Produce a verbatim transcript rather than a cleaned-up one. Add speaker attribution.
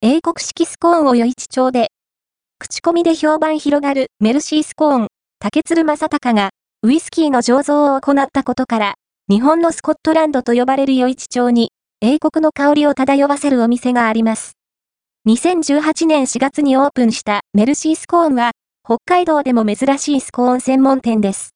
Speaker 1: 英国式スコーンを余市町で。口コミで評判広がるメルシースコーン、竹鶴正隆が、ウイスキーの醸造を行ったことから、日本のスコットランドと呼ばれる余市町に、英国の香りを漂わせるお店があります。にせんじゅうはちねんしがつにオープンしたメルシースコーンは、北海道でも珍しいスコーン専門店です。